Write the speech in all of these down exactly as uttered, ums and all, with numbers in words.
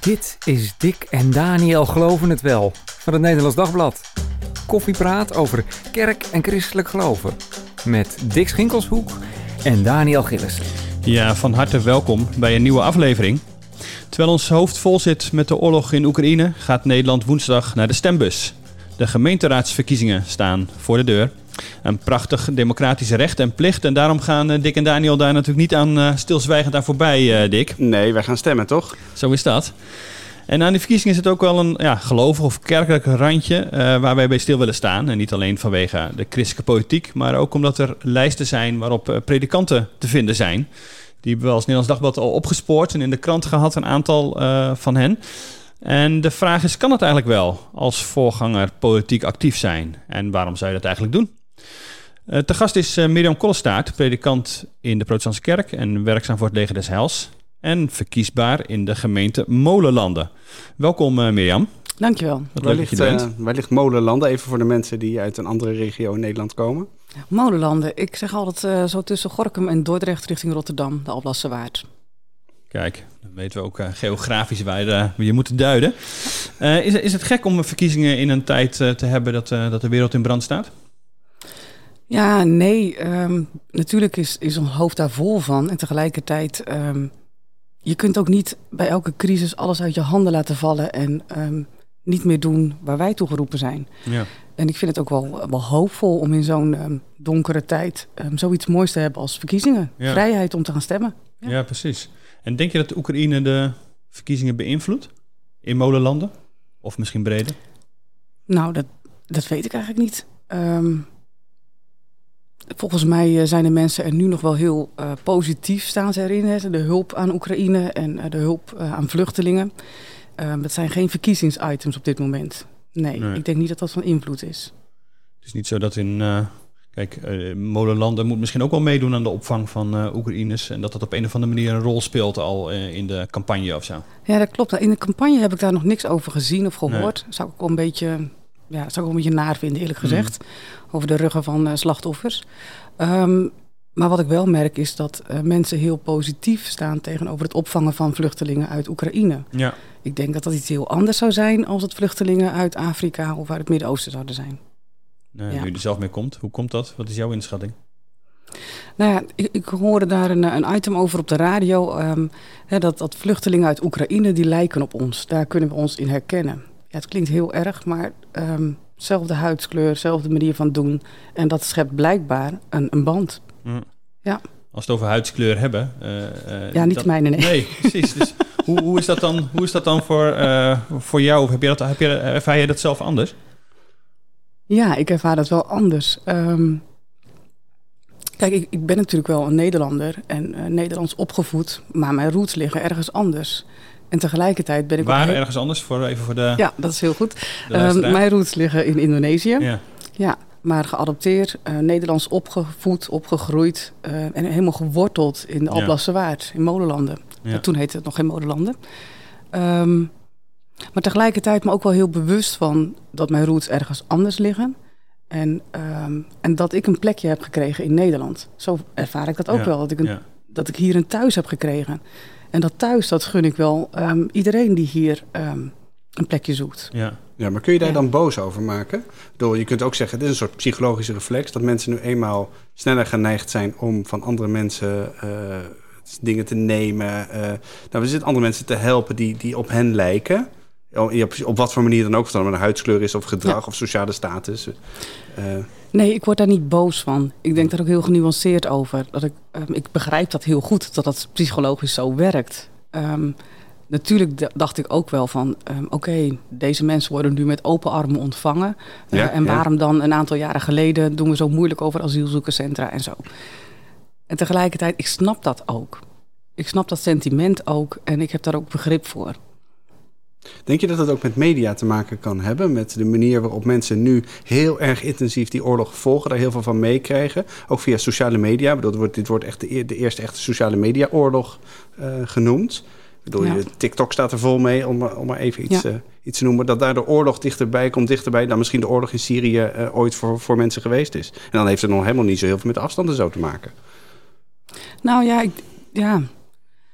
Dit is Dick en Daniel Geloven het Wel van het Nederlands Dagblad. Koffiepraat over kerk en christelijk geloven. Met Dick Schinkelshoek en Daniel Gillissen. Ja, van harte welkom bij een nieuwe aflevering. Terwijl ons hoofd vol zit met de oorlog in Oekraïne, gaat Nederland woensdag naar de stembus. De gemeenteraadsverkiezingen staan voor de deur. Een prachtig democratisch recht en plicht. En daarom gaan uh, Dick en Daniel daar natuurlijk niet aan uh, stilzwijgend aan voorbij, uh, Dick. Nee, wij gaan stemmen, toch? Zo is dat. En aan die verkiezingen zit ook wel een ja, gelovig of kerkelijk randje uh, waar wij bij stil willen staan. En niet alleen vanwege de christelijke politiek, maar ook omdat er lijsten zijn waarop uh, predikanten te vinden zijn. Die hebben we als Nederlands Dagblad al opgespoord en in de krant gehad, een aantal uh, van hen. En de vraag is, kan het eigenlijk wel als voorganger politiek actief zijn? En waarom zou je dat eigenlijk doen? Uh, te gast is uh, Mirjam Kollestaart, predikant in de Protestantse Kerk en werkzaam voor het Leger des Heils. En verkiesbaar in de gemeente Molenlanden. Welkom uh, Mirjam. Dankjewel. Wat waar, leuk ligt, dat je er bent. uh, waar ligt Molenlanden? Even voor de mensen die uit een andere regio in Nederland komen. Molenlanden. Ik zeg altijd uh, zo tussen Gorinchem en Dordrecht richting Rotterdam, de Alblasse Waard. Kijk, dan weten we ook uh, geografisch waar je, uh, je moet duiden. Uh, is, is het gek om verkiezingen in een tijd uh, te hebben dat, uh, dat de wereld in brand staat? Ja, nee. Um, natuurlijk is, is ons hoofd daar vol van. En tegelijkertijd, um, je kunt ook niet bij elke crisis alles uit je handen laten vallen en um, niet meer doen waar wij toe geroepen zijn. Ja. En ik vind het ook wel, wel hoopvol om in zo'n um, donkere tijd um, zoiets moois te hebben als verkiezingen. Ja. Vrijheid om te gaan stemmen. Ja. ja, precies. En denk je dat de Oekraïne de verkiezingen beïnvloedt in Molenlanden? Of misschien breder? Nou, dat, dat weet ik eigenlijk niet. Um, volgens mij zijn de mensen er nu nog wel heel uh, positief, staan ze erin. Hè? De hulp aan Oekraïne en uh, de hulp uh, aan vluchtelingen. Um, dat zijn geen verkiezingsitems op dit moment. Nee, nee, ik denk niet dat dat van invloed is. Het is niet zo dat in... Uh... Kijk, uh, Molenlanden moet misschien ook wel meedoen aan de opvang van uh, Oekraïners. En dat dat op een of andere manier een rol speelt al uh, in de campagne of zo. Ja, dat klopt. In de campagne heb ik daar nog niks over gezien of gehoord. Nee. Zou ik wel een beetje, ja, zou ik wel een beetje naar vinden, eerlijk gezegd. Mm. Over de ruggen van uh, slachtoffers. Um, maar wat ik wel merk is dat uh, mensen heel positief staan tegenover het opvangen van vluchtelingen uit Oekraïne. Ja. Ik denk dat dat iets heel anders zou zijn als het vluchtelingen uit Afrika of uit het Midden-Oosten zouden zijn. Nou, ja. Nu je er zelf mee komt, hoe komt dat? Wat is jouw inschatting? Nou ja, ik, ik hoorde daar een, een item over op de radio. Um, hè, dat, dat vluchtelingen uit Oekraïne, die lijken op ons. Daar kunnen we ons in herkennen. Ja, het klinkt heel erg, maar um, zelfde huidskleur, zelfde manier van doen. En dat schept blijkbaar een, een band. Mm. Ja. Als we het over huidskleur hebben... Uh, uh, ja, niet dat... mijne, nee. Nee, precies. Dus hoe, hoe is dat dan, hoe is dat dan voor, uh, voor jou? Heb je dat, heb je, ervaar je dat zelf anders? Ja, ik ervaar dat wel anders. Um, kijk, ik, ik ben natuurlijk wel een Nederlander en uh, Nederlands opgevoed, maar mijn roots liggen ergens anders. En tegelijkertijd ben ik... Waar ook... ergens anders? Voor, even voor de... Ja, dat is heel goed. Um, mijn roots liggen in Indonesië. Ja. Ja, maar geadopteerd, uh, Nederlands opgevoed, opgegroeid uh, en helemaal geworteld in de Alblasse Waard, in Molenlanden. Ja. Toen heette het nog geen Molenlanden. Um, Maar tegelijkertijd me ook wel heel bewust van dat mijn roots ergens anders liggen. En, um, en dat ik een plekje heb gekregen in Nederland. Zo ervaar ik dat ook ja, wel. Dat ik, een, ja. dat ik hier een thuis heb gekregen. En dat thuis, dat gun ik wel um, iedereen die hier um, een plekje zoekt. Ja. Ja, maar kun je daar ja. dan boos over maken? Bedoel, je kunt ook zeggen, dit is een soort psychologische reflex. Dat mensen nu eenmaal sneller geneigd zijn om van andere mensen... Uh, dingen te nemen. Uh, nou, we zitten andere mensen te helpen die, die op hen lijken. Op, op wat voor manier dan ook, of dat een huidskleur is of gedrag ja. of sociale status. Uh. Nee, ik word daar niet boos van. Ik denk daar ook heel genuanceerd over. Dat ik, um, ik begrijp dat heel goed, dat dat psychologisch zo werkt. Um, natuurlijk d- dacht ik ook wel van... Um, oké, okay, deze mensen worden nu met open armen ontvangen. Uh, ja, en ja. waarom dan een aantal jaren geleden... doen we zo moeilijk over asielzoekerscentra en zo. En tegelijkertijd, ik snap dat ook. Ik snap dat sentiment ook en ik heb daar ook begrip voor. Denk je dat het ook met media te maken kan hebben? Met de manier waarop mensen nu heel erg intensief die oorlog volgen, daar heel veel van meekrijgen? Ook via sociale media. Ik bedoel, dit wordt, dit wordt echt de, de eerste echte sociale media oorlog uh, genoemd. Ik bedoel, ja. TikTok staat er vol mee, om, om maar even iets, ja. uh, iets te noemen. Dat daar de oorlog dichterbij komt, dichterbij dan misschien de oorlog in Syrië uh, ooit voor, voor mensen geweest is. En dan heeft het nog helemaal niet zo heel veel met afstanden zo te maken. Nou ja, ik, ja.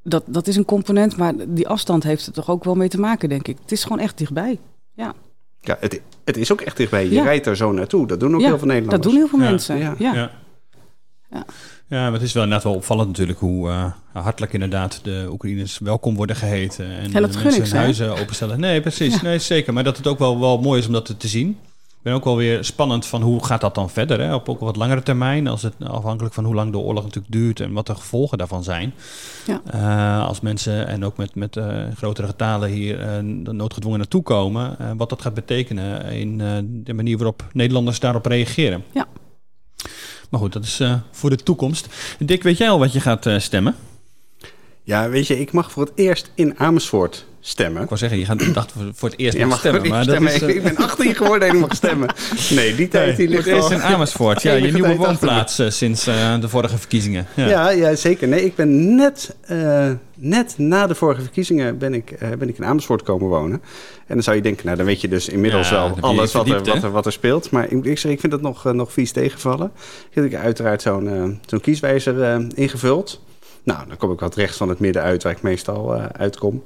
dat, dat is een component, maar die afstand heeft er toch ook wel mee te maken, denk ik. Het is gewoon echt dichtbij, ja. Ja, het, het is ook echt dichtbij. Je ja. rijdt er zo naartoe. Dat doen ook ja, heel veel Nederlanders. Dat doen heel veel mensen, ja. ja. ja. ja. Ja, maar het is wel inderdaad wel opvallend natuurlijk hoe uh, hartelijk inderdaad de Oekraïners welkom worden geheten. En ja, dat de gun mensen ik, hun huizen openstellen. Nee, precies. Ja. Nee, zeker. Maar dat het ook wel, wel mooi is om dat te zien. Ik ben ook wel weer spannend van hoe gaat dat dan verder. Hè? Op ook wat langere termijn. Als het, afhankelijk van hoe lang de oorlog natuurlijk duurt en wat de gevolgen daarvan zijn. Ja. Uh, als mensen en ook met, met uh, grotere getalen hier uh, noodgedwongen naartoe komen. Uh, wat dat gaat betekenen in uh, de manier waarop Nederlanders daarop reageren. Ja. Maar goed, dat is uh, voor de toekomst. Dick, weet jij al wat je gaat uh, stemmen? Ja, weet je, ik mag voor het eerst in Amersfoort stemmen. Ik wou zeggen, je gaat dacht voor, voor het eerst ja, mag stemmen. Maar stemmen. Dat is, uh... Ik ben achttien geworden en ik mag stemmen. Nee, die tijd nee, die ligt voor het eerst in Amersfoort. Ja, je nieuwe woonplaats uh, sinds uh, de vorige verkiezingen. Ja. Ja, ja, zeker. Nee, ik ben net, uh, net na de vorige verkiezingen ben ik, uh, ben ik in Amersfoort komen wonen. En dan zou je denken, nou dan weet je dus inmiddels ja, wel alles wat er, wat, er, wat er speelt. Maar ik, ik, zeg, ik vind het nog, uh, nog vies tegenvallen. Ik heb uiteraard zo'n, uh, zo'n kieswijzer uh, ingevuld. Nou, dan kom ik wat rechts van het midden uit, waar ik meestal uh, uitkom.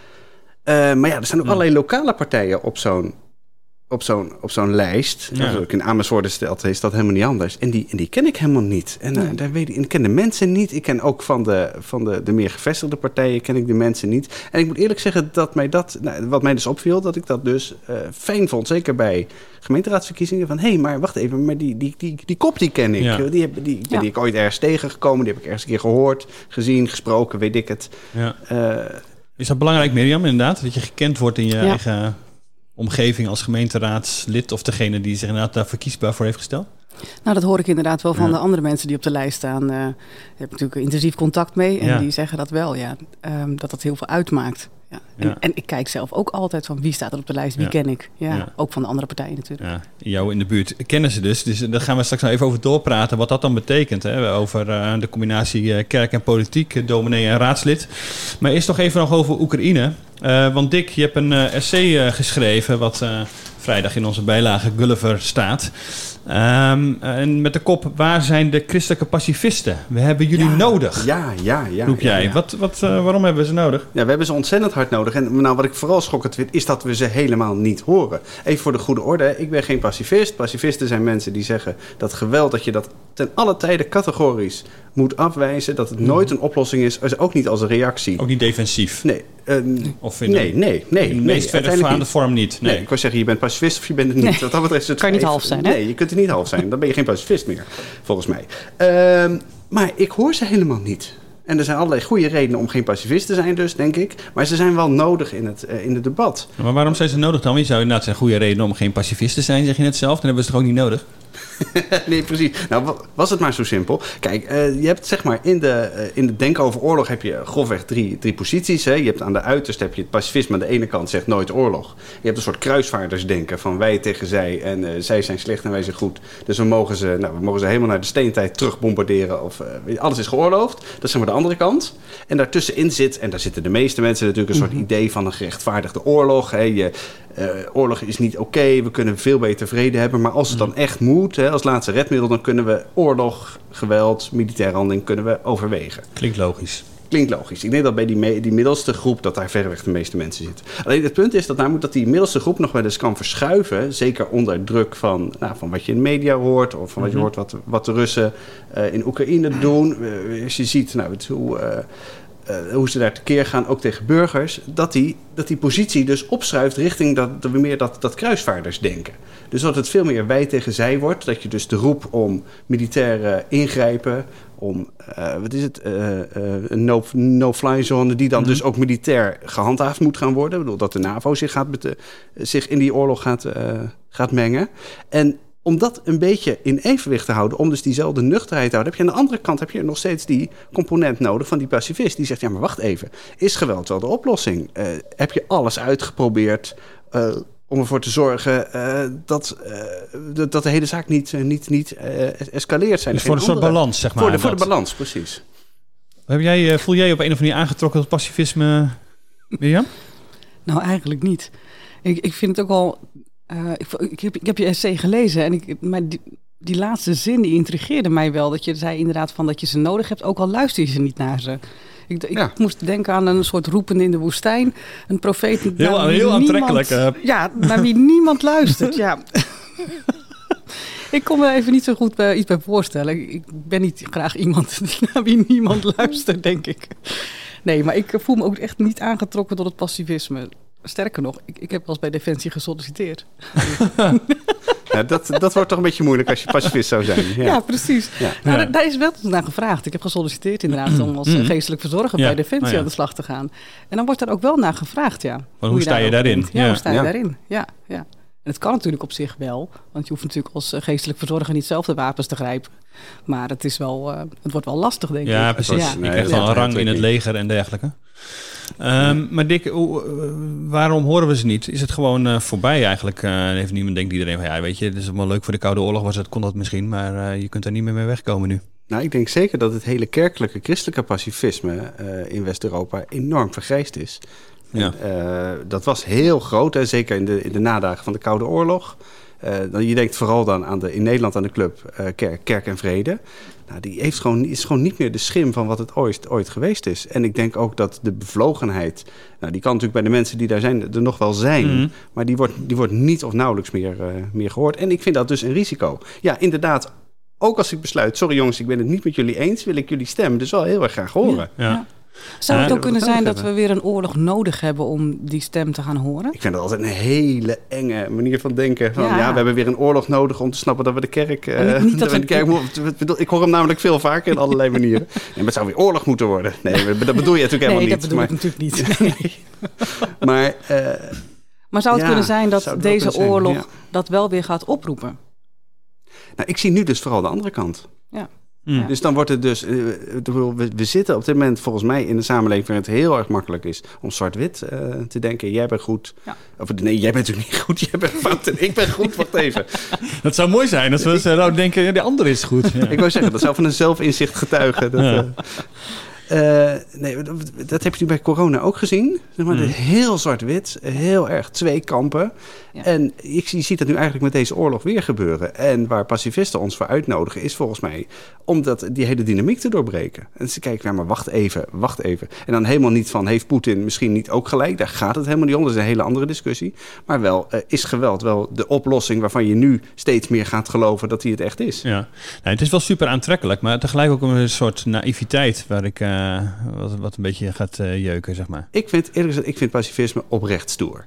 Uh, maar ja, er staan ook ja. allerlei lokale partijen op zo'n, op zo'n, op zo'n lijst. Ja. Als ik in Amersfoort stelt, is dat helemaal niet anders. En die, en die ken ik helemaal niet. En uh, daar weet ik, ik ken de mensen niet. Ik ken ook van de, van de, de meer gevestigde partijen ken ik de mensen niet. En ik moet eerlijk zeggen dat mij dat, nou, wat mij dus opviel, dat ik dat dus uh, fijn vond. Zeker bij gemeenteraadsverkiezingen. Van, hé, hey, maar wacht even, maar die, die, die, die kop die ken ik. Ja. Die, heb, die, ja. die ik ooit ergens tegengekomen. Die heb ik ergens een keer gehoord, gezien, gesproken, weet ik het. Ja. Uh, Is dat belangrijk, Mirjam, inderdaad? Dat je gekend wordt in je ja. eigen omgeving als gemeenteraadslid of degene die zich inderdaad daar verkiesbaar voor heeft gesteld? Nou, dat hoor ik inderdaad wel van ja. de andere mensen die op de lijst staan. Uh, daar heb ik natuurlijk intensief contact mee en ja. die zeggen dat wel, ja, um, dat dat heel veel uitmaakt. Ja. En, ja. en ik kijk zelf ook altijd van wie staat er op de lijst, wie ja. ken ik. Ja, ja. Ook van de andere partijen natuurlijk. Ja. Jou in de buurt kennen ze dus. Dus daar gaan we straks nog even over doorpraten. Wat dat dan betekent. Hè? Over uh, de combinatie uh, kerk en politiek, dominee en raadslid. Maar eerst nog even nog over Oekraïne. Uh, want Dick, je hebt een uh, essay uh, geschreven wat uh, vrijdag in onze bijlage Gulliver staat. Um, en met de kop, waar zijn de christelijke pacifisten? We hebben jullie ja, nodig. Ja, ja, ja. Roep jij. Ja, ja. Wat, wat, uh, waarom hebben we ze nodig? Ja, we hebben ze ontzettend hard nodig. En nou, wat ik vooral schokkend vind, is dat we ze helemaal niet horen. Even voor de goede orde, ik ben geen pacifist. Pacifisten zijn mensen die zeggen dat geweld, dat je dat ten alle tijde categorisch moet afwijzen. Dat het nooit een oplossing is, is ook niet als een reactie. Ook niet defensief? Nee. Uh, of in nee, nee, nee. In de meest nee, verdergaande vorm niet. Nee. nee, ik wou zeggen, je bent pacifist of je bent het niet. Nee. Wat dat betreft is het kan je niet half zijn, hè? Nee, je kunt het niet half zijn. Dan ben je geen pacifist meer, volgens mij. Uh, maar ik hoor ze helemaal niet. En er zijn allerlei goede redenen om geen pacifist te zijn dus, denk ik. Maar ze zijn wel nodig in het, uh, in het debat. Maar waarom zijn ze nodig dan? Je zou inderdaad zijn goede redenen om geen pacifist te zijn, zeg je net zelf. Dan hebben we ze toch ook niet nodig? Nee, precies. Nou, was het maar zo simpel. Kijk, uh, je hebt zeg maar in de, uh, in het denken over oorlog heb je grofweg drie, drie posities. Hè. Je hebt aan de uiterste heb je het pacifisme. Aan de ene kant zegt nooit oorlog. Je hebt een soort kruisvaardersdenken van wij tegen zij en uh, zij zijn slecht en wij zijn goed. Dus we mogen ze, nou, we mogen ze helemaal naar de steentijd terug bombarderen. Of uh, alles is geoorloofd. Dat is zeg maar de andere kant. En daartussenin zit, en daar zitten de meeste mensen natuurlijk, een soort mm-hmm. idee van een gerechtvaardigde oorlog. Hè. Je, uh, oorlog is niet oké, okay, we kunnen veel beter vrede hebben. Maar als het dan echt moet, hè, als laatste redmiddel, dan kunnen we oorlog, geweld, militaire handeling kunnen we overwegen. Klinkt logisch. Klinkt logisch. Ik denk dat bij die, me- die middelste groep dat daar verreweg de meeste mensen zitten. Alleen het punt is dat, namelijk dat die middelste groep nog wel eens kan verschuiven. Zeker onder druk van, nou, van wat je in de media hoort. Of van wat je hoort wat, wat de Russen uh, in Oekraïne doen. Uh, als je ziet nou, het, hoe, uh, uh, hoe ze daar tekeer gaan, ook tegen burgers. Dat die, dat die positie dus opschuift richting dat, dat, meer dat, dat kruisvaardersdenken. Dus dat het veel meer wij tegen zij wordt. Dat je dus de roep om militair ingrijpen, om, uh, wat is het, uh, uh, een no, no-fly zone, die dan mm-hmm. dus ook militair gehandhaafd moet gaan worden. Ik bedoel, dat de NAVO zich, gaat bet- zich in die oorlog gaat, uh, gaat mengen. En om dat een beetje in evenwicht te houden, om dus diezelfde nuchterheid te houden, heb je aan de andere kant heb je nog steeds die component nodig van die pacifist. Die zegt, ja, maar wacht even, is geweld wel de oplossing? Uh, heb je alles uitgeprobeerd uh, om ervoor te zorgen uh, dat, uh, dat de hele zaak niet, uh, niet, niet uh, escaleert zijn. Dus voor een soort balans, zeg maar. Voor de, voor de balans, precies. Heb jij, uh, voel jij op een of andere manier aangetrokken tot pacifisme, Mirjam? Nou, eigenlijk niet. Ik, ik vind het ook wel... Uh, ik, ik, heb, ik heb je essay gelezen en ik, maar die, die laatste zin die intrigeerde mij wel. Dat je zei inderdaad van dat je ze nodig hebt, ook al luister je ze niet naar ze. Ik, ik ja. moest denken aan een soort roepende in de woestijn. Een profeet. Heel, naar heel aantrekkelijk. Niemand, uh. Ja, naar wie niemand luistert. Ja. Ik kon me even niet zo goed bij, iets bij voorstellen. Ik ben niet graag iemand naar wie niemand luistert, denk ik. Nee, maar ik voel me ook echt niet aangetrokken tot het passivisme. Sterker nog, ik, ik heb wel eens bij Defensie gesolliciteerd. Ja, dat, dat wordt toch een beetje moeilijk als je pacifist zou zijn. Ja, ja precies. Ja. Nou, ja. Daar is wel naar gevraagd. Ik heb gesolliciteerd inderdaad om als mm. geestelijk verzorger ja. bij Defensie oh, ja. aan de slag te gaan. En dan wordt er ook wel naar gevraagd, ja. Maar hoe, hoe sta je daarin? Ja, ja, hoe sta je ja. daarin? Ja, ja. En het kan natuurlijk op zich wel, want je hoeft natuurlijk als geestelijk verzorger niet zelf de wapens te grijpen. Maar het is wel, uh, het wordt wel lastig, denk ja, ik. Precies. Ja, precies. Je krijgt wel een rang in het leger en dergelijke. Um, maar Dick, uh, waarom horen we ze niet? Is het gewoon uh, voorbij eigenlijk? Uh, heeft niemand denkt iedereen van ja, weet je, het is wel leuk voor de Koude Oorlog, was het, kon dat misschien, maar uh, je kunt er niet meer mee wegkomen nu. Nou, ik denk zeker dat het hele kerkelijke christelijke pacifisme uh, in West-Europa enorm vergrijsd is. Ja. En, uh, dat was heel groot, hè, zeker in de, in de nadagen van de Koude Oorlog. Uh, je denkt vooral dan aan de, in Nederland aan de club uh, Kerk, Kerk en Vrede. Nou, die heeft gewoon, is gewoon niet meer de schim van wat het ooit, ooit geweest is. En ik denk ook dat de bevlogenheid, nou, die kan natuurlijk bij de mensen die daar zijn er nog wel zijn. Mm-hmm. Maar die wordt, die wordt niet of nauwelijks meer, uh, meer gehoord. En ik vind dat dus een risico. Ja, inderdaad, ook als ik besluit, sorry jongens, ik ben het niet met jullie eens, wil ik jullie stem dus wel heel erg graag horen. Ja. Ja. Zou het ook kunnen zijn dat we weer een oorlog nodig hebben om die stem te gaan horen? Ik vind dat altijd een hele enge manier van denken. Van, ja. ja, we hebben weer een oorlog nodig om te snappen dat we de kerk... Uh, niet dat we de kerk we... Ik hoor hem namelijk veel vaker in allerlei manieren. En nee, het zou weer oorlog moeten worden. Nee, dat bedoel je natuurlijk helemaal nee, niet. Nee, dat bedoel maar, ik natuurlijk niet. Nee. maar, uh, maar zou het ja, kunnen zijn dat het deze oorlog zijn, ja. dat wel weer gaat oproepen? Nou, ik zie nu dus vooral de andere kant. Ja. Mm. Dus dan wordt het dus... Uh, we, we zitten op dit moment volgens mij in een samenleving waar het heel erg makkelijk is om zwart-wit uh, te denken. Jij bent goed. Ja. Of nee, jij bent natuurlijk niet goed. Jij bent fout en ik ben goed. Wacht even. Dat zou mooi zijn als we zouden denken, ja, de ander is goed. Ja. Ik wou zeggen, dat zou van een zelfinzicht getuigen. Dat, ja. uh, Uh, nee, dat, dat heb je nu bij corona ook gezien. Zeg maar, mm. Heel zwart-wit, heel erg twee kampen. Ja. En je, je ziet dat nu eigenlijk met deze oorlog weer gebeuren. En waar pacifisten ons voor uitnodigen is volgens mij om dat, die hele dynamiek te doorbreken. En ze kijken, ja, maar wacht even, wacht even. En dan helemaal niet van, heeft Poetin misschien niet ook gelijk? Daar gaat het helemaal niet om, dat is een hele andere discussie. Maar wel, uh, is geweld wel de oplossing waarvan je nu steeds meer gaat geloven dat die het echt is? Ja, nou, het is wel super aantrekkelijk, maar tegelijk ook een soort naïviteit waar ik... Uh... Uh, wat, wat een beetje gaat uh, jeuken, zeg maar. Ik vind, eerlijk gezegd, ik vind pacifisme oprecht stoer.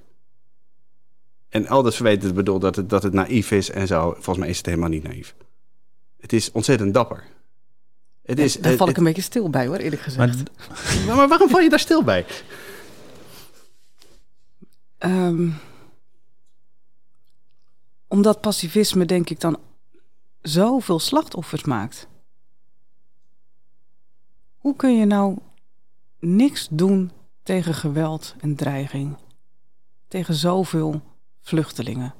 En al dat verweten bedoel dat het, dat het naïef is en zo. Volgens mij is het helemaal niet naïef. Het is ontzettend dapper. Het is, ja, daar val ik het, een beetje stil bij, hoor, eerlijk gezegd. Maar, maar waarom val je daar stil bij? Um, omdat pacifisme, denk ik, dan zoveel slachtoffers maakt. Hoe kun je nou niks doen tegen geweld en dreiging? Tegen zoveel vluchtelingen?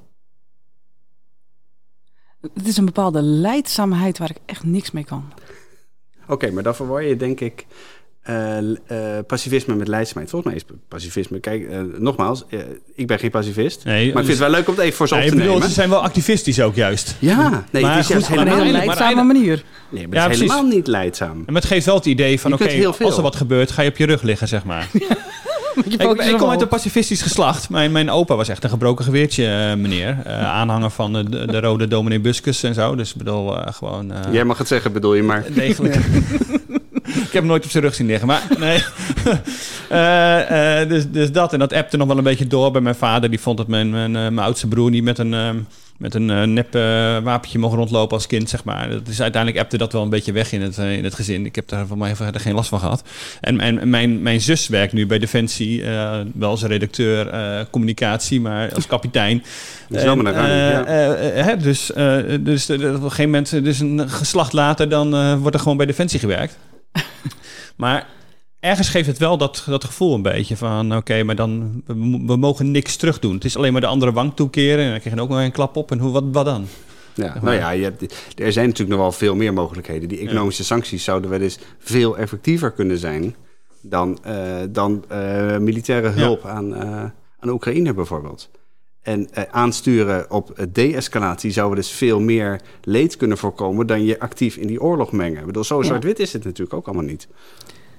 Het is een bepaalde lijdzaamheid waar ik echt niks mee kan. Oké, okay, maar dan verwar je denk ik uh, uh, pacifisme met lijdzaamheid. Volgens mij is pacifisme... Kijk, uh, nogmaals, uh, ik ben geen pacifist. Nee, maar ik vind het wel leuk om het even voor ze ja, op te bedoel, nemen. Ze zijn wel activistisch ook juist. Ja, nee, maar het is juist goed, op een hele lijdzame manier. Nee, maar ja, het is helemaal niet lijdzaam. Maar het geeft wel het idee van, oké, okay, als er wat gebeurt, ga je op je rug liggen, zeg maar. ik, ik kom uit een pacifistisch geslacht. Mijn, mijn opa was echt een gebroken geweertje, uh, meneer. Uh, aanhanger van de, de, de rode dominee Buscus en zo. Dus ik bedoel, uh, gewoon... Uh, Jij mag het zeggen, bedoel je maar. Degelijk. Ik heb hem nooit op zijn rug zien liggen, maar nee. uh, uh, dus, dus dat. En dat appte nog wel een beetje door bij mijn vader. Die vond dat mijn, mijn, uh, mijn oudste broer niet met een, uh, met een uh, nep uh, wapentje mocht rondlopen als kind, zeg maar. Dat is uiteindelijk appte dat wel een beetje weg in het, uh, in het gezin. Ik heb daar van mij verder geen last van gehad. En, en mijn, mijn zus werkt nu bij Defensie, uh, wel als redacteur uh, communicatie, maar als kapitein. Dat is wel maar naar uh, uh, uh, uh, Dus, uh, dus uh, op een gegeven moment, dus een geslacht later, dan uh, wordt er gewoon bij Defensie gewerkt. Maar ergens geeft het wel dat, dat gevoel een beetje van... oké, okay, maar dan... We, we mogen niks terug doen. Het is alleen maar de andere wang toekeren... en dan krijg je ook nog een klap op. En hoe, wat, wat dan? Ja, nou ja, je hebt, er zijn natuurlijk nog wel veel meer mogelijkheden. Die economische ja. sancties zouden wel eens veel effectiever kunnen zijn... dan, uh, dan uh, militaire hulp ja. aan, uh, aan Oekraïne bijvoorbeeld. En uh, aansturen op de-escalatie zou we dus veel meer leed kunnen voorkomen... dan je actief in die oorlog mengen. Ik bedoel, zo zwart-wit is het natuurlijk ook allemaal niet.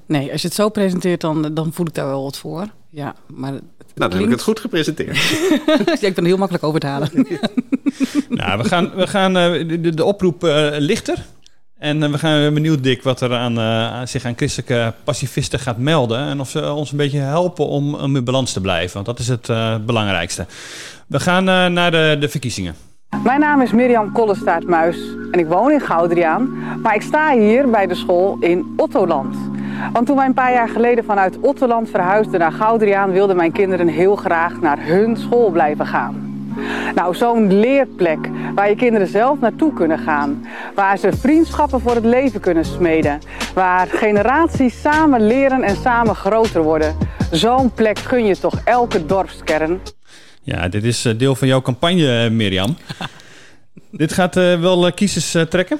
Nee, als je het zo presenteert, dan, dan voel ik daar wel wat voor. Ja, maar het nou, dan klinkt... heb ik het goed gepresenteerd. Ja, ik ben er heel makkelijk over te halen. Nou, we gaan, we gaan uh, de, de oproep uh, lichter. En uh, we gaan benieuwd, Dick, wat er aan, uh, zich aan christelijke pacifisten gaat melden. En of ze ons een beetje helpen om, om in balans te blijven. Want dat is het uh, belangrijkste. We gaan uh, naar de, de verkiezingen. Mijn naam is Mirjam Kollestaart-Muis en ik woon in Goudriaan. Maar ik sta hier bij de school in Ottoland. Want toen wij een paar jaar geleden vanuit Ottoland verhuisden naar Goudriaan, wilden mijn kinderen heel graag naar hun school blijven gaan. Nou, zo'n leerplek waar je kinderen zelf naartoe kunnen gaan. Waar ze vriendschappen voor het leven kunnen smeden. Waar generaties samen leren en samen groter worden. Zo'n plek gun je toch elke dorpskern. Ja, dit is deel van jouw campagne, Mirjam. Dit gaat uh, wel uh, kiezers uh, trekken?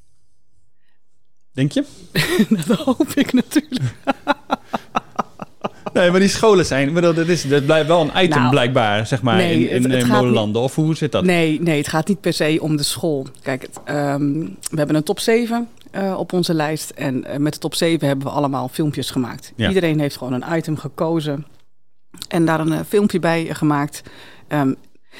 Denk je? Dat hoop ik natuurlijk. Nee, maar die scholen zijn... Dat, is, dat blijft wel een item nou, blijkbaar, zeg maar, nee, in, in, het, het in Molenlanden. Of hoe zit dat? Nee, nee, het gaat niet per se om de school. Kijk, het, um, we hebben een top zeven uh, op onze lijst. En uh, met de top zeven hebben we allemaal filmpjes gemaakt. Ja. Iedereen heeft gewoon een item gekozen. En daar een uh, filmpje bij uh, gemaakt. Um,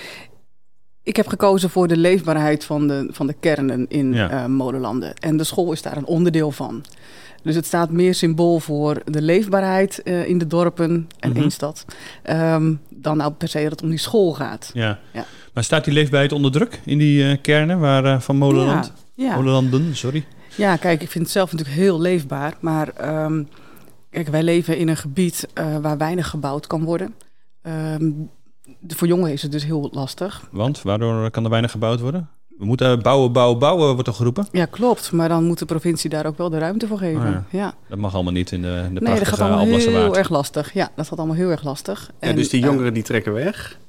ik heb gekozen voor de leefbaarheid van de, van de kernen in ja. uh, Molenlanden. En de school is daar een onderdeel van. Dus het staat meer symbool voor de leefbaarheid uh, in de dorpen en mm-hmm. één stad. Um, dan nou per se dat het om die school gaat. Ja. Ja. Maar staat die leefbaarheid onder druk in die uh, kernen waar, uh, van Molenland? Ja. Ja. Molenlanden, sorry. Ja, kijk, ik vind het zelf natuurlijk heel leefbaar. Maar um, kijk, wij leven in een gebied uh, waar weinig gebouwd kan worden. Um, voor jongeren is het dus heel lastig. Want? Waardoor kan er weinig gebouwd worden? We moeten bouwen, bouwen, bouwen, wordt er geroepen? Ja, klopt. Maar dan moet de provincie daar ook wel de ruimte voor geven. Oh ja. Ja. Dat mag allemaal niet in de, de nee, prachtige dat gaat allemaal Alblasse Waard. heel erg lastig. Ja, dat gaat allemaal heel erg lastig. Ja, en, dus die jongeren uh, die trekken weg?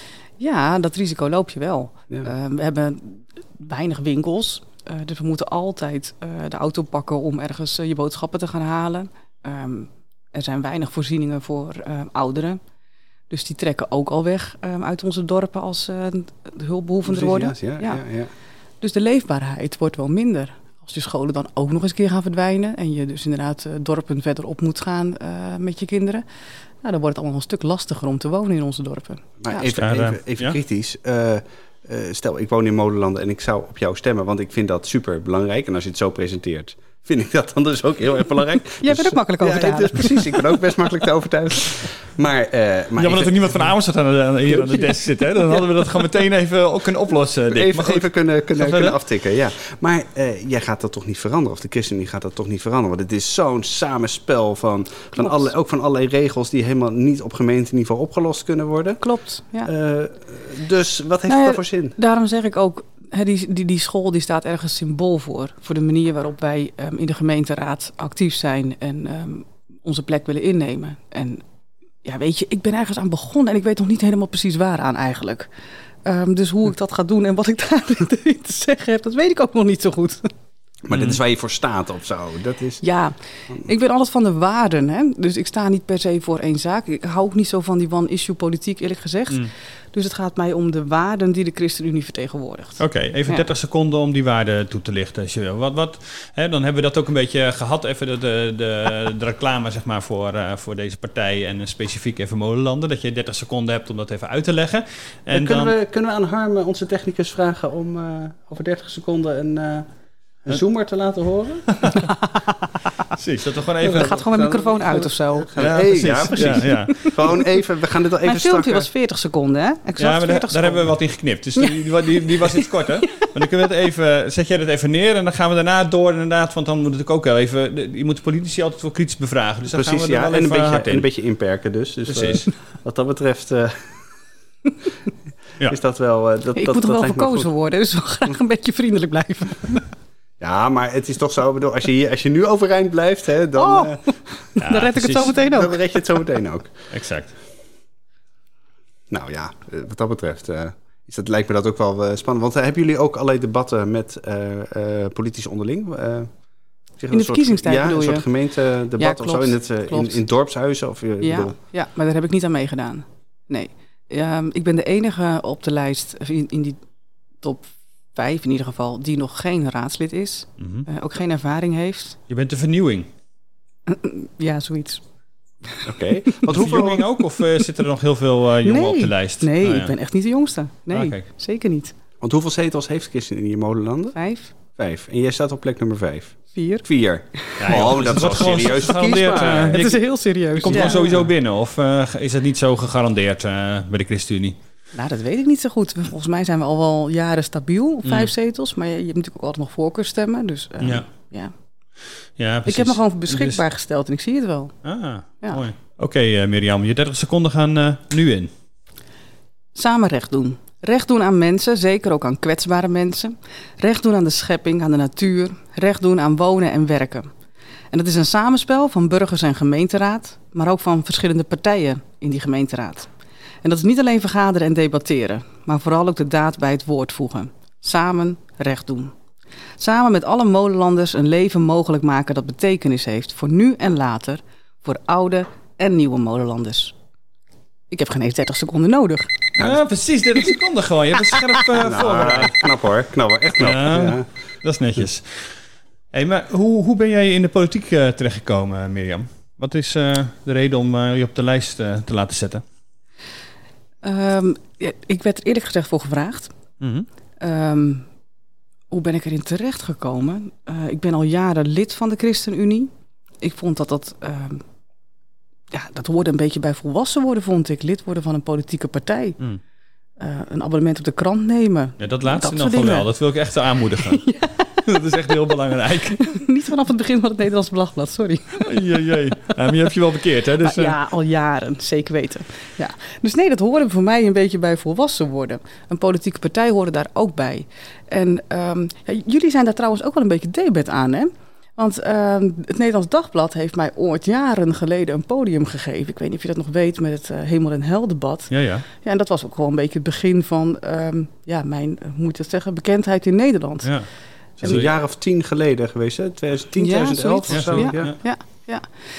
Ja, dat risico loop je wel. Ja. Uh, we hebben weinig winkels. Uh, dus we moeten altijd uh, de auto pakken om ergens uh, je boodschappen te gaan halen. Um, er zijn weinig voorzieningen voor uh, ouderen. Dus die trekken ook al weg um, uit onze dorpen als uh, de hulpbehoevenden worden. Ja, ja. Ja, ja. Dus de leefbaarheid wordt wel minder. Als die scholen dan ook nog eens een keer gaan verdwijnen... en je dus inderdaad uh, dorpen verderop moet gaan uh, met je kinderen... Nou, dan wordt het allemaal een stuk lastiger om te wonen in onze dorpen. Maar ja. even, even, even ja? kritisch. Uh, uh, stel, ik woon in Molenlanden en ik zou op jou stemmen... want ik vind dat super belangrijk. En als je het zo presenteert... vind ik dat dan dus ook heel erg belangrijk. Jij dus, bent ook makkelijk over te halen. Ja, dus precies, ik ben ook best makkelijk te overtuigen. Maar, uh, maar ja, maar dat er niemand van Amersfoort aan hier aan de desk zit. Hè? Dan hadden we dat gewoon meteen even ook kunnen oplossen. Dick. Even, even kunnen, kunnen, kunnen aftikken, ja. Maar uh, jij gaat dat toch niet veranderen? Of de ChristenUnie gaat dat toch niet veranderen? Want het is zo'n samenspel van, van alle, ook van allerlei regels... die helemaal niet op gemeenteniveau opgelost kunnen worden. Klopt, ja. Uh, dus wat heeft nou, dat voor zin? Daarom zeg ik ook... He, die, die, die school die staat ergens symbool voor. Voor de manier waarop wij um, in de gemeenteraad actief zijn en um, onze plek willen innemen. En ja, weet je, ik ben ergens aan begonnen en ik weet nog niet helemaal precies waaraan eigenlijk. Um, dus hoe ik dat ga doen en wat ik daarin te zeggen heb, dat weet ik ook nog niet zo goed. Maar dit is waar je voor staat of zo? Dat is... Ja, ik ben altijd van de waarden. Hè? Dus ik sta niet per se voor één zaak. Ik hou ook niet zo van die one-issue politiek, eerlijk gezegd. Mm. Dus het gaat mij om de waarden die de ChristenUnie vertegenwoordigt. Oké, okay, even ja. dertig seconden om die waarden toe te lichten, als je wil. Wat, wat, hè, dan hebben we dat ook een beetje gehad. Even de, de, de, de reclame zeg maar, voor, uh, voor deze partij en specifiek even Molenlanden. Dat je dertig seconden hebt om dat even uit te leggen. En kunnen, dan... we, kunnen we aan Harm, onze technicus, vragen om uh, over dertig seconden een... Uh... een zoomer te laten horen? Precies, dat we gewoon even... Dat gaat gewoon met microfoon uit of zo. Ja, precies. Ja, precies. Ja, ja. Gewoon even, we gaan dit al even Mijn filmpje was veertig seconden, hè? Exact ja, maar daar, daar hebben we wat in geknipt. Dus die, die, die, die was iets korter. Maar dan kunnen we het even... Zet jij dat even neer en dan gaan we daarna door inderdaad. Want dan moet het ook wel even... Je moet de politici altijd wel kritisch bevragen. Dus dan precies, gaan we er ja. wel En even een, beetje, in. een beetje inperken dus. dus precies. Uh, wat dat betreft... Uh, ja. Is dat wel... Uh, dat, ik dat, moet dat er wel verkozen worden, dus we graag een beetje vriendelijk blijven. Ja, maar het is toch zo, bedoel, als je, hier, als je nu overeind blijft, hè, dan... Oh, uh, ja, dan red precies. ik het zo meteen ook. Dan red je het zo meteen ook. Exact. Nou ja, wat dat betreft uh, is dat, lijkt me dat ook wel uh, spannend. Want uh, hebben jullie ook allerlei debatten met uh, uh, politici onderling? Uh, zeg in de verkiezingstijd Ja, bedoel een je? soort gemeentedebat ja, of zo in, het, uh, in, in dorpshuizen? Of, uh, ja, ja, maar daar heb ik niet aan meegedaan. Nee. Um, ik ben de enige op de lijst, in, in die top vijf in ieder geval, die nog geen raadslid is. Mm-hmm. Uh, ook geen ervaring heeft. Je bent de vernieuwing. Ja, zoiets. Oké. Okay. Wat hoeveel ook? Of uh, zitten er nog heel veel uh, jongen nee, op de lijst? Nee, nou, ja. ik ben echt niet de jongste. Nee, ah, zeker niet. Want hoeveel zetels heeft ChristenUnie in Molenlanden? Vijf. Vijf. En jij staat op plek nummer vijf? Vier. Vier. Ja, joh, oh, dus dat is wel serieus verkiesbaar. Uh, het is heel serieus. Je komt ja. gewoon sowieso binnen. Of uh, is het niet zo gegarandeerd uh, bij de ChristenUnie? Nou, dat weet ik niet zo goed. Volgens mij zijn we al wel jaren stabiel op vijf mm. zetels. Maar je, je hebt natuurlijk ook altijd nog voorkeurstemmen. Dus uh, ja. ja. Ja, ik heb me gewoon beschikbaar dus... gesteld en ik zie het wel. Ah, ja. mooi. Oké, okay, uh, Mirjam, je dertig seconden gaan uh, nu in. Samen recht doen. Recht doen aan mensen, zeker ook aan kwetsbare mensen. Recht doen aan de schepping, aan de natuur. Recht doen aan wonen en werken. En dat is een samenspel van burgers en gemeenteraad, maar ook van verschillende partijen in die gemeenteraad. En dat is niet alleen vergaderen en debatteren, maar vooral ook de daad bij het woord voegen. Samen recht doen. Samen met alle molenlanders een leven mogelijk maken dat betekenis heeft voor nu en later, voor oude en nieuwe molenlanders. Ik heb geen eens dertig seconden nodig. Ja, precies, dertig seconden gewoon. Je hebt het scherp uh, nou, voorbereid. Knap hoor, knap hoor, echt knap. Ja, ja. Dat is netjes. Hey, maar hoe, hoe ben jij in de politiek uh, terechtgekomen, Mirjam? Wat is uh, de reden om uh, je op de lijst uh, te laten zetten? Um, ja, ik werd er eerlijk gezegd voor gevraagd. Mm-hmm. Um, hoe ben ik erin terechtgekomen? Uh, ik ben al jaren lid van de ChristenUnie. Ik vond dat dat... Uh, Ja, dat hoorde een beetje bij volwassen worden, vond ik. Lid worden van een politieke partij. Mm. Uh, een abonnement op de krant nemen. Ja, dat laatste dan van wel. Dat wil ik echt aanmoedigen. Ja. Dat is echt heel belangrijk. Niet vanaf het begin van het Nederlands Dagblad, sorry. Jee, jee. Ja, maar je hebt je wel bekeerd, hè? Dus, uh... Ja, al jaren, zeker weten. Ja. Dus nee, dat hoorde voor mij een beetje bij volwassen worden. Een politieke partij hoorde daar ook bij. En um, ja, jullie zijn daar trouwens ook wel een beetje debet aan, hè? Want uh, het Nederlands Dagblad heeft mij ooit jaren geleden een podium gegeven. Ik weet niet of je dat nog weet met het uh, Hemel en Hel debat. Ja, ja. Ja, en dat was ook gewoon een beetje het begin van um, ja, mijn, hoe moet ik dat zeggen, bekendheid in Nederland. Ja. Dat is een jaar of tien geleden geweest, hè? twintig tien, ja, twintig elf of zo. Ja, ja, ja. ja, ja.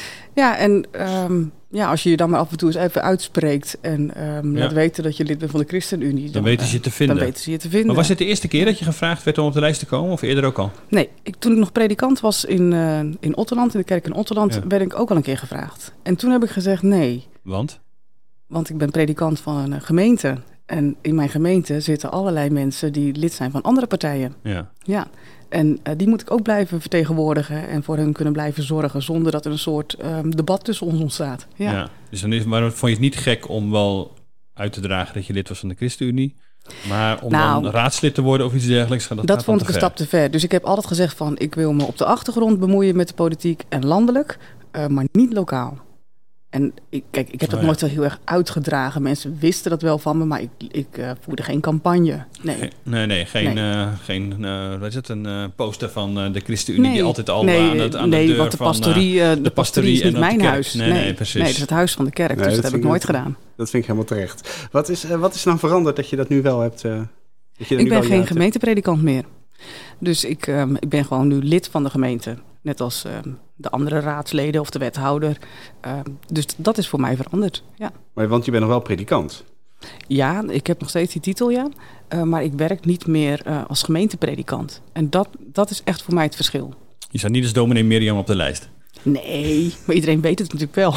ja en um, ja, als je je dan maar af en toe eens even uitspreekt en um, ja. laat weten dat je lid bent van de ChristenUnie. Dan, dan weten ze je te vinden. Dan weten ze je te vinden. Maar was het de eerste keer dat je gevraagd werd om op de lijst te komen of eerder ook al? Nee, ik, toen ik nog predikant was in, uh, in Otterland, in de kerk in Otterland, ja. werd ik ook al een keer gevraagd. En toen heb ik gezegd nee. Want? Want ik ben predikant van een gemeente. En in mijn gemeente zitten allerlei mensen die lid zijn van andere partijen. Ja. Ja. En uh, die moet ik ook blijven vertegenwoordigen en voor hen kunnen blijven zorgen, zonder dat er een soort um, debat tussen ons ontstaat. Ja. Ja, dus dan is, maar vond je het niet gek om wel uit te dragen dat je lid was van de ChristenUnie, maar om nou, dan raadslid te worden of iets dergelijks? Dat, dat vond ik een stap te ver. Dus ik heb altijd gezegd van, ik wil me op de achtergrond bemoeien met de politiek en landelijk, uh, maar niet lokaal. En ik, kijk, ik heb dat oh, ja. nooit zo heel erg uitgedragen. Mensen wisten dat wel van me, maar ik, ik uh, voerde geen campagne. Nee, Ge- nee, nee, geen, nee. Uh, geen uh, wat is het, een uh, poster van uh, de ChristenUnie nee. die altijd al nee, aan, het, aan nee, de deur want de pastorie, van... Uh, de, de pastorie is niet mijn huis. Nee, nee, nee, precies. Nee, het is het huis van de kerk, nee, dus dat, dat heb ik nooit ik, gedaan. Dat vind ik helemaal terecht. Wat is, uh, wat is nou veranderd dat je dat nu wel hebt? Uh, dat je ik ben geen gemeentepredikant meer. Dus ik, um, ik ben gewoon nu lid van de gemeente. Net als um, de andere raadsleden of de wethouder. Uh, dus dat is voor mij veranderd, ja. Maar want je bent nog wel predikant? Ja, ik heb nog steeds die titel, ja. Uh, maar ik werk niet meer uh, als gemeentepredikant. En dat, dat is echt voor mij het verschil. Je staat niet als dominee Mirjam op de lijst? Nee, maar iedereen weet het natuurlijk wel.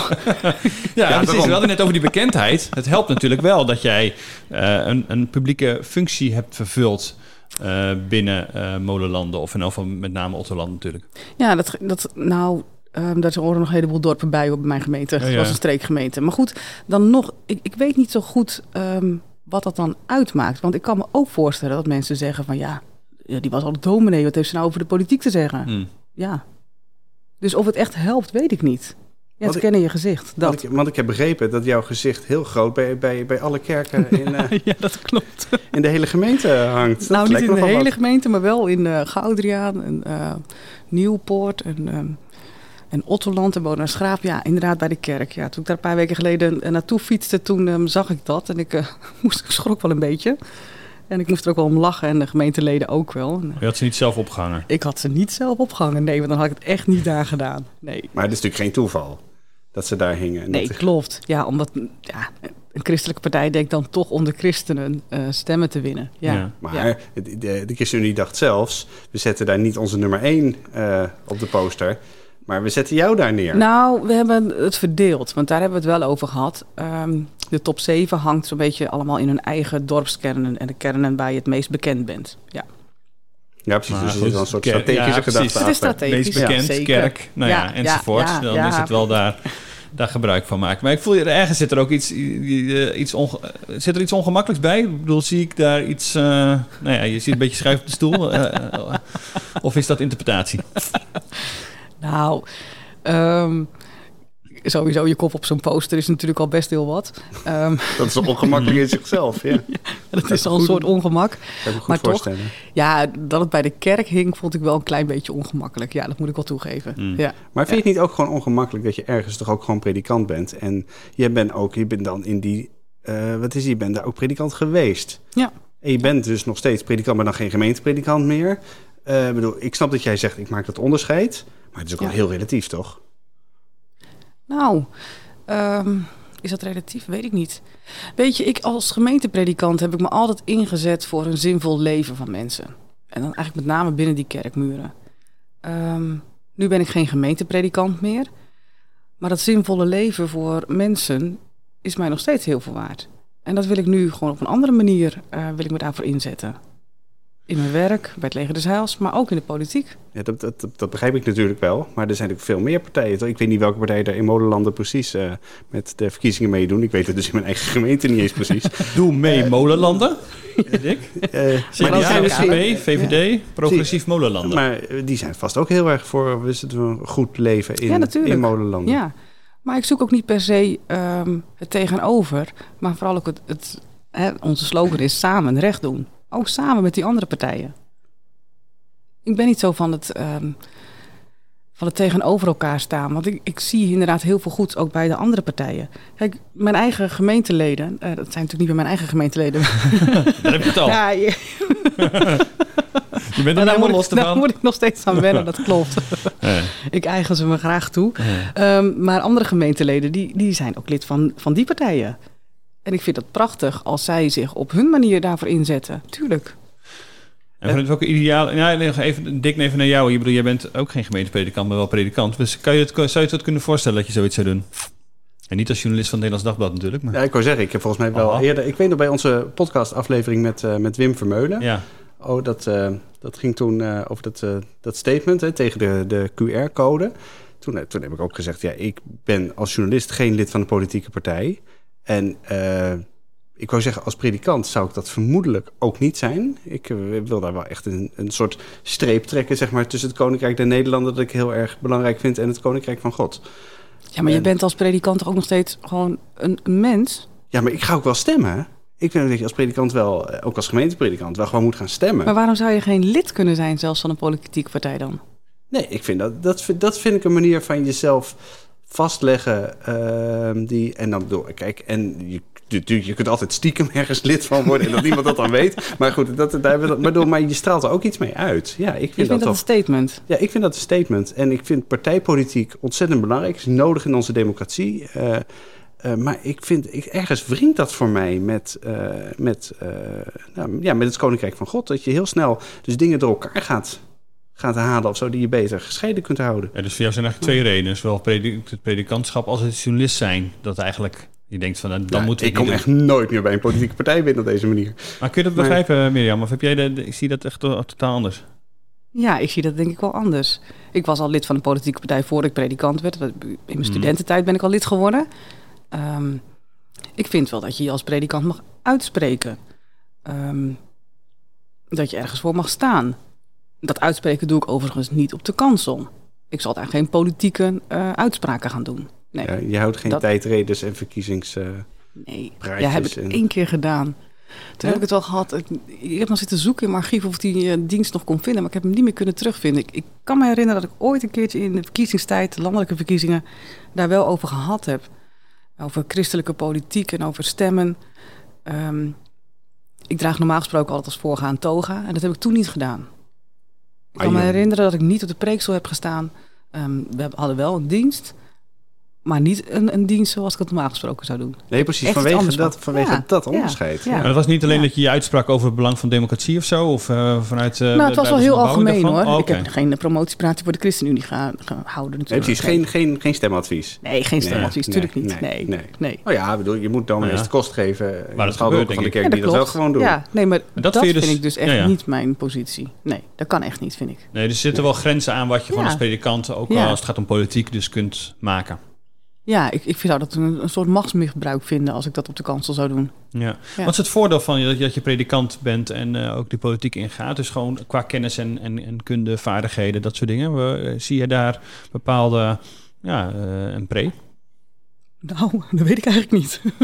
ja, ja precies. We hadden net over die bekendheid. Het helpt natuurlijk wel dat jij uh, een, een publieke functie hebt vervuld... Uh, binnen uh, Molenlanden of in elk geval met name Otterland natuurlijk. Ja, dat, dat nou, um, daar horen nog een heleboel dorpen bij op mijn gemeente. Het ja, ja. was een streekgemeente. Maar goed, dan nog, ik, ik weet niet zo goed um, wat dat dan uitmaakt. Want ik kan me ook voorstellen dat mensen zeggen van ja, die was al de dominee, wat heeft ze nou over de politiek te zeggen? Hmm. Ja. Dus of het echt helpt, weet ik niet. Ja, het kennen je gezicht. Dat. Want, ik, want ik heb begrepen dat jouw gezicht heel groot bij, bij, bij alle kerken in, uh, ja, dat klopt. in de hele gemeente hangt. Dat nou, niet in de hele wat. gemeente, maar wel in uh, Goudriaan en uh, Nieuwpoort en, um, en Otterland en Bodemsgraaf. Ja, inderdaad bij de kerk. Ja, toen ik daar een paar weken geleden uh, naartoe fietste, toen um, zag ik dat. En ik uh, moest, ik schrok wel een beetje. En ik moest er ook wel om lachen en de gemeenteleden ook wel. Je had ze niet zelf opgehangen? Ik had ze niet zelf opgehangen, nee, want dan had ik het echt niet daar gedaan. Nee. Maar het is natuurlijk geen toeval dat ze daar hingen. Nee, dat... klopt. Ja, omdat ja, een christelijke partij denkt dan toch om de christenen uh, stemmen te winnen. Ja. Ja. Maar ja. de, de, de ChristenUnie dacht zelfs, we zetten daar niet onze nummer één uh, op de poster... Maar we zetten jou daar neer. Nou, we hebben het verdeeld, want daar hebben we het wel over gehad. Um, de top zeven hangt zo'n beetje allemaal in hun eigen dorpskernen en de kernen waar je het meest bekend bent. Ja, ja precies. Maar, dus er is wel een soort ker- strategische ja, gedachte. Het is strategisch. Meest bekend, ja, kerk, nou ja, ja enzovoort. Ja, ja, dan ja. is het wel daar, daar gebruik van maken. Maar ik voel je ergens zit er ook iets, iets, onge, zit er iets ongemakkelijks bij. Ik bedoel, zie ik daar iets... Uh, nou ja, je ziet een beetje schuif op de stoel. Uh, uh, of is dat interpretatie? Nou, um, sowieso je kop op zo'n poster is natuurlijk al best heel wat. Um, dat is ongemakkelijk in zichzelf, ja. ja dat, dat is al een soort ongemak. Dat kan ik me goed maar voorstellen. Toch, ja, dat het bij de kerk hing, vond ik wel een klein beetje ongemakkelijk. Ja, dat moet ik wel toegeven. Mm. Ja. Maar vind je het niet ook gewoon ongemakkelijk dat je ergens toch ook gewoon predikant bent? En je bent ook, je bent dan in die, uh, wat is je bent daar ook predikant geweest. Ja. En je bent dus nog steeds predikant, maar dan geen gemeentepredikant meer. Uh, bedoel, ik snap dat jij zegt, ik maak dat onderscheid. Maar het is ook ja. wel heel relatief, toch? Nou, um, is dat relatief? Weet ik niet. Weet je, ik als gemeentepredikant heb ik me altijd ingezet voor een zinvol leven van mensen. En dan eigenlijk met name binnen die kerkmuren. Um, nu ben ik geen gemeentepredikant meer. Maar dat zinvolle leven voor mensen is mij nog steeds heel veel waard. En dat wil ik nu gewoon op een andere manier uh, wil ik me daarvoor inzetten. In mijn werk, bij het Leger des Heils, maar ook in de politiek. Ja, dat, dat, dat begrijp ik natuurlijk wel. Maar er zijn natuurlijk veel meer partijen. Toch? Ik weet niet welke partijen daar in Molenlanden precies uh, met de verkiezingen meedoen. Ik weet het dus in mijn eigen gemeente niet eens precies. Doe mee uh, Molenlanden, Dick. Uh, maar die zijn C P B, V V D, ja. Progressief Zie, Molenlanden. Maar die zijn vast ook heel erg voor is het een goed leven in, ja, in Molenlanden. Ja, maar ik zoek ook niet per se um, het tegenover. Maar vooral ook het, het hè, onze slogan is samen recht doen. Ook samen met die andere partijen. Ik ben niet zo van het, um, van het tegenover elkaar staan. Want ik, ik zie inderdaad heel veel goed ook bij de andere partijen. Kijk, mijn eigen gemeenteleden... Uh, dat zijn natuurlijk niet bij mijn eigen gemeenteleden. Daar heb je het al. Ja, je... je bent er helemaal los ervan. Daar moet ik nog steeds aan wennen, dat klopt. Ja. Ik eigen ze me graag toe. Ja. Um, maar andere gemeenteleden, die, die zijn ook lid van, van die partijen. En ik vind het prachtig als zij zich op hun manier daarvoor inzetten. Tuurlijk. En vind het ook ideaal. Ja, even dik even naar jou. Je bedoel, jij bent ook geen gemeentepredikant, maar wel predikant. Dus kan je het, zou je het wat kunnen voorstellen dat je zoiets zou doen? En niet als journalist van het Nederlands Dagblad natuurlijk. Maar... Ja, ik wou zeggen, ik heb volgens mij wel Aha. eerder... Ik weet nog bij onze podcastaflevering met, uh, met Wim Vermeulen. Ja. Oh, dat, uh, dat ging toen uh, over dat, uh, dat statement hè, tegen de, de Q R-code. Toen, uh, toen heb ik ook gezegd, ja, ik ben als journalist geen lid van een politieke partij. En uh, ik wou zeggen, als predikant zou ik dat vermoedelijk ook niet zijn. Ik uh, wil daar wel echt een, een soort streep trekken, zeg maar, tussen het Koninkrijk der Nederlanden, dat ik heel erg belangrijk vind, en het Koninkrijk van God. Ja, maar en, je bent als predikant toch ook nog steeds gewoon een, een mens? Ja, maar ik ga ook wel stemmen. Ik vind dat je als predikant wel, ook als gemeentepredikant, wel gewoon moet gaan stemmen. Maar waarom zou je geen lid kunnen zijn, zelfs van een politieke partij dan? Nee, ik vind dat, dat, dat vind ik een manier van jezelf vastleggen. Uh, die, en dan bedoel, kijk, en je, je, je kunt altijd stiekem ergens lid van worden en dat niemand dat dan weet. Maar goed, dat, daar hebben we, maar, door, maar je straalt er ook iets mee uit. Ja, ik vind, vind dat, dat toch, een statement? Ja, ik vind dat een statement. En ik vind partijpolitiek ontzettend belangrijk. Het is nodig in onze democratie. Uh, uh, maar ik vind, ik, ergens wringt dat voor mij met, uh, met, uh, nou, ja, met het Koninkrijk van God. Dat je heel snel dus dingen door elkaar gaat... gaat halen of zo, die je beter gescheiden kunt houden. Ja, dus voor jou zijn eigenlijk twee redenen. Zowel predik- het predikantschap als het journalist zijn. Dat eigenlijk, je denkt van, dan ja, moet ik kom doen. echt nooit meer bij een politieke partij binnen op deze manier. Maar kun je dat maar, begrijpen, Mirjam? Of heb jij de, de, ik zie dat echt to- totaal anders? Ja, ik zie dat denk ik wel anders. Ik was al lid van een politieke partij voor ik predikant werd. In mijn studententijd ben ik al lid geworden. Um, ik vind wel dat je je als predikant mag uitspreken. Um, dat je ergens voor mag staan. Dat uitspreken doe ik overigens niet op de kansel. Ik zal daar geen politieke uh, uitspraken gaan doen. Nee, ja, je houdt geen dat... tijdredes en verkiezings... Uh, nee, ja, heb ik en... één keer gedaan. Toen ja? heb ik het wel gehad. Ik, ik heb nog zitten zoeken in mijn archief of ik die uh, dienst nog kon vinden. Maar ik heb hem niet meer kunnen terugvinden. Ik, ik kan me herinneren dat ik ooit een keertje in de verkiezingstijd... de landelijke verkiezingen, daar wel over gehad heb. Over christelijke politiek en over stemmen. Um, ik draag normaal gesproken altijd als voorgaan toga. En dat heb ik toen niet gedaan. Ik kan me herinneren dat ik niet op de preekstoel heb gestaan. Um, we hadden wel een dienst. Maar niet een, een dienst zoals ik het normaal gesproken zou doen. Nee, precies. Vanwege dat, vanwege ja, dat onderscheid. Ja, ja. Maar het was niet alleen ja. dat je je uitsprak over het belang van democratie of zo? Of uh, vanuit... Uh, nou, het was wel heel algemeen hoor. Oh, okay. Ik heb geen promotiepraatje voor de ChristenUnie gehouden natuurlijk. Nee, precies. Geen, geen, geen stemadvies. Nee, geen stemadvies. Natuurlijk nee, niet. Nee, nee. nee. Oh ja, bedoel, je moet dan ja. eerst de kost geven. Maar dat gebeurt van de kerk ja, die dat wel gewoon doen. Ja, nee, maar dat, dat vind, vind dus, ik dus echt ja, ja. niet mijn positie. Nee, dat kan echt niet, vind ik. Nee, er zitten wel grenzen aan wat je gewoon ja. als predikant, ook ja. als het gaat om politiek, dus kunt maken. Ja, ik, ik zou dat een, een soort machtsmisbruik vinden als ik dat op de kansel zou doen. Ja. Ja. Wat is het voordeel van dat je, dat je predikant bent en uh, ook die politiek ingaat? Dus gewoon qua kennis en, en, en kunde, vaardigheden, dat soort dingen. We, zie je daar bepaalde ja, uh, een pre? Nou, dat weet ik eigenlijk niet. Ja,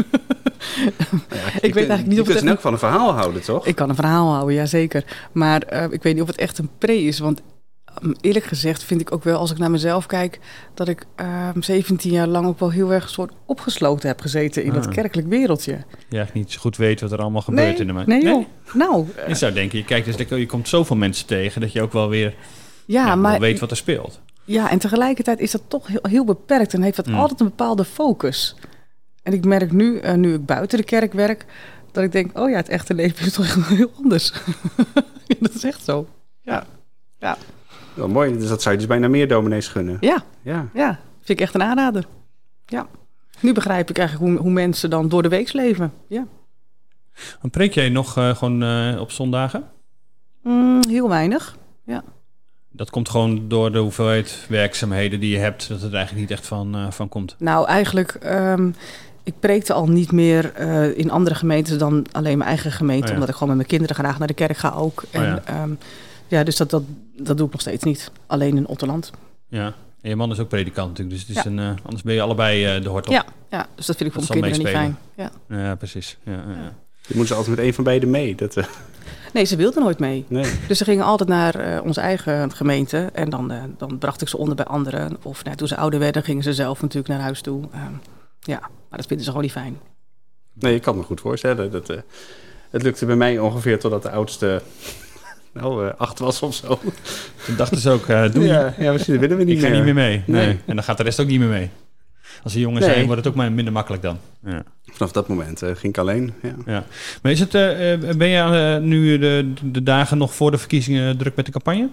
ik weet eigenlijk niet je of kunt het in elk geval een verhaal houden, toch? Ik kan een verhaal houden, ja zeker. Maar uh, ik weet niet of het echt een pre is, want um, eerlijk gezegd vind ik ook wel, als ik naar mezelf kijk, dat ik uh, zeventien jaar lang ook wel heel erg soort opgesloten heb gezeten in ah. dat kerkelijk wereldje. Ja, niet zo goed weet wat er allemaal gebeurt nee, in de markt. Nee, nee. Nou, uh, je zou denken, je kijkt dus, je komt zoveel mensen tegen dat je ook wel weer ja, ja, maar, wel weet wat er speelt. Ja, en tegelijkertijd is dat toch heel, heel beperkt en heeft dat mm. altijd een bepaalde focus. En ik merk nu, uh, nu ik buiten de kerk werk, dat ik denk, oh ja, het echte leven is toch heel anders. Ja, dat is echt zo. Ja. Ja. Wel mooi, dus dat zou je dus bijna meer dominees gunnen. Ja. Ja. Ja, vind ik echt een aanrader. Ja. Nu begrijp ik eigenlijk hoe, hoe mensen dan door de week leven. Ja. En preek jij nog uh, gewoon uh, op zondagen? Mm, heel weinig, ja. Dat komt gewoon door de hoeveelheid werkzaamheden die je hebt, dat het eigenlijk niet echt van, uh, van komt? Nou, eigenlijk, um, ik preekte al niet meer uh, in andere gemeentes dan alleen mijn eigen gemeente. Oh ja. Omdat ik gewoon met mijn kinderen graag naar de kerk ga ook. En, oh ja. Um, ja, dus dat, dat, dat doe ik nog steeds niet. Alleen in Otterland. Ja, en je man is ook predikant natuurlijk. Dus het is ja. een, uh, anders ben je allebei uh, de hort op. Ja, ja, dus dat vind ik voor mijn kinderen meespelen. niet fijn. Ja, ja precies. Ja, ja, ja. Je moet ze altijd met een van beiden mee. Dat, uh... Nee, ze wilden nooit mee. Nee. Dus ze gingen altijd naar uh, onze eigen gemeente. En dan, uh, dan bracht ik ze onder bij anderen. Of nou, toen ze ouder werden, gingen ze zelf natuurlijk naar huis toe. Uh, ja, maar dat vinden ze gewoon niet fijn. Nee, ik kan me goed voorstellen. Dat, uh, het lukte bij mij ongeveer totdat de oudste nou, uh, acht was of zo. Toen dachten ze ook, uh, doe ja, ja, misschien willen we niet ik meer. ga niet meer mee. Nee. Nee. En dan gaat de rest ook niet meer mee. Als ze jongen nee. zijn, wordt het ook maar minder makkelijk dan. Ja. Vanaf dat moment uh, ging ik alleen. Ja. Ja. Maar is het, uh, ben je uh, nu de, de dagen nog voor de verkiezingen druk met de campagne?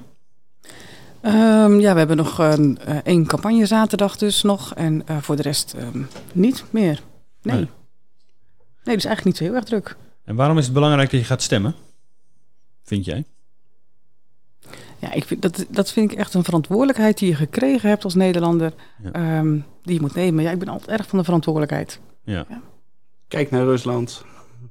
Um, ja, we hebben nog um, uh, één campagne zaterdag dus nog. En uh, voor de rest um, niet meer. Nee. nee. Nee, dus eigenlijk niet zo heel erg druk. En waarom is het belangrijk dat je gaat stemmen? Vind jij? Ja, ik vind, dat, dat vind ik echt een verantwoordelijkheid die je gekregen hebt als Nederlander. Ja. Um, die je moet nemen. Ja, ik ben altijd erg van de verantwoordelijkheid. Ja. Ja. Kijk naar Rusland.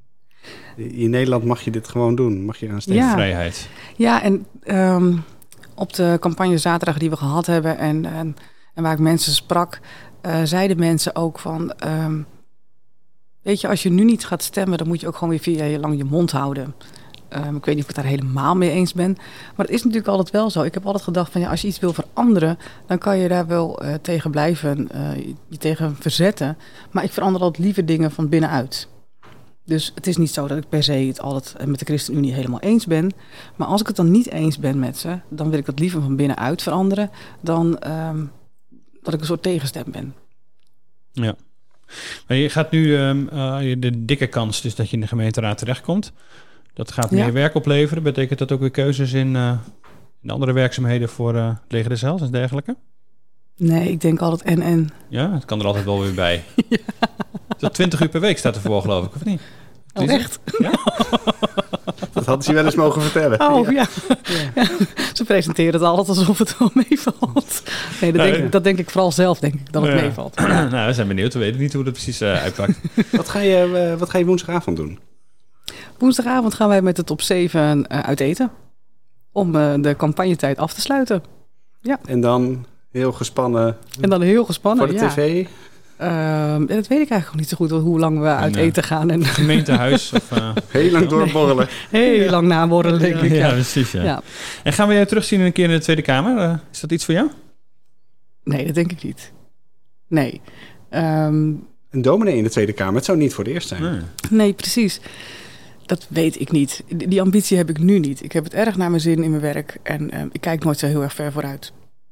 In Nederland mag je dit gewoon doen. Mag je gaan stemmen. Ja. Vrijheid. Ja, en um, op de campagne zaterdag die we gehad hebben en, en, en waar ik mensen sprak, uh, zeiden mensen ook van, um, weet je, als je nu niet gaat stemmen, dan moet je ook gewoon weer vier jaar lang je mond houden. Um, ik weet niet of ik het daar helemaal mee eens ben. Maar het is natuurlijk altijd wel zo. Ik heb altijd gedacht van ja, als je iets wil veranderen, dan kan je daar wel uh, tegen blijven, uh, je tegen verzetten. Maar ik verander altijd liever dingen van binnenuit. Dus het is niet zo dat ik per se het altijd met de ChristenUnie helemaal eens ben. Maar als ik het dan niet eens ben met ze, dan wil ik het liever van binnenuit veranderen dan um, dat ik een soort tegenstem ben. Ja. Maar je gaat nu um, uh, de dikke kans dus dat je in de gemeenteraad terechtkomt. Dat gaat meer ja. werk opleveren. Betekent dat ook weer keuzes in, uh, in andere werkzaamheden voor uh, het leger des Heils en dergelijke? Nee, ik denk altijd en en. Ja, het kan er altijd wel weer bij. Ja. Tot twintig uur per week staat ervoor, geloof ik, of niet? Oh, echt? Ja? Dat hadden ze wel eens mogen vertellen. Oh, ja. ja. ja. Ze presenteren het altijd alsof het wel meevalt. Nee, dat, nou, denk, ja. dat denk ik vooral zelf, denk ik, dat het ja. meevalt. Ja. Nou, we zijn benieuwd. We weten niet hoe dat precies uh, uitpakt. Wat ga je, uh, wat ga je woensdagavond doen? Woensdagavond gaan wij met de top zeven uh, uit eten. Om uh, de campagnetijd af te sluiten. Ja. En dan heel gespannen. En dan heel gespannen, voor de ja. tv? Uh, dat weet ik eigenlijk niet zo goed, hoe lang we uit en, uh, eten gaan. En gemeentehuis. Of, uh... Heel lang doorborrelen. Nee, heel lang naborrelen, denk ja, ik. Ja, ja precies. Ja. Ja. En gaan we je terugzien een keer in de Tweede Kamer? Uh, is dat iets voor jou? Nee, dat denk ik niet. Nee. Um, een dominee in de Tweede Kamer, het zou niet voor het eerst zijn. Nee, nee precies. Dat weet ik niet. Die ambitie heb ik nu niet. Ik heb het erg naar mijn zin in mijn werk. En uh, ik kijk nooit zo heel erg ver vooruit.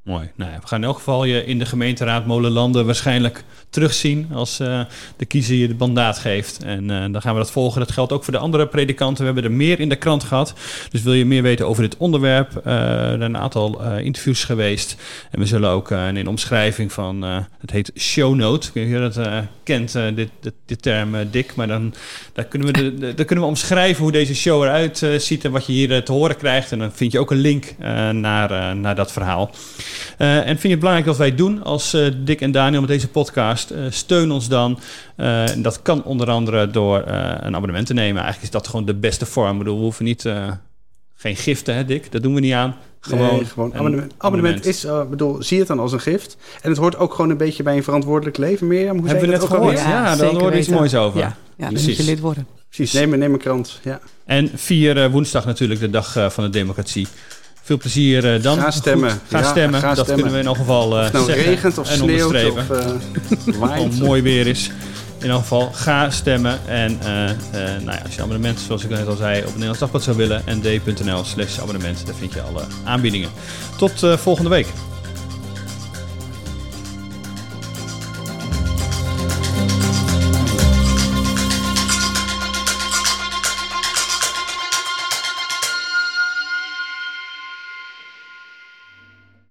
Mooi. Nou ja, we gaan in elk geval je in de gemeenteraad Molenlanden waarschijnlijk terugzien als uh, de kiezer je het mandaat geeft. En uh, dan gaan we dat volgen. Dat geldt ook voor de andere predikanten. We hebben er meer in de krant gehad. Dus wil je meer weten over dit onderwerp? Uh, er zijn een aantal uh, interviews geweest. En we zullen ook uh, in een omschrijving van, uh, het heet shownote. Ik weet niet of je dat uh, kent, uh, dit, dit, dit term, uh, Dick. Maar dan daar kunnen, we de, de, daar kunnen we omschrijven hoe deze show eruit uh, ziet en wat je hier uh, te horen krijgt. En dan vind je ook een link uh, naar, uh, naar dat verhaal. Uh, en vind je het belangrijk dat wij het doen als uh, Dick en Daniel met deze podcast? Uh, steun ons dan. Uh, en dat kan onder andere door uh, een abonnement te nemen. Eigenlijk is dat gewoon de beste vorm. Ik bedoel, we hoeven niet... Uh, geen giften, hè Dick? Dat doen we niet aan. Gewoon, nee, gewoon abonnement. Abonnement is, uh, bedoel, zie het dan als een gift. En het hoort ook gewoon een beetje bij een verantwoordelijk leven. Mirjam, hoe hebben we net ook gehoord? Ja, ja daar hoorde iets moois over. Ja, ja dan moet je lid worden. Precies, neem, neem een krant. Ja. En vier uh, woensdag natuurlijk de dag uh, van de democratie. Veel plezier uh, dan. Ga stemmen. Goed, ga ja, stemmen. Ga dat stemmen. kunnen we in elk geval uh, of het nou zeggen regent of en sneeuwt onderstreven. of uh, waait. Of mooi weer is. In elk geval, ga stemmen. En uh, uh, nou ja, als je een abonnement, zoals ik net al zei, op het Nederlands Dagblad zou willen, n d punt n l slash abonnement, daar vind je alle aanbiedingen. Tot uh, volgende week.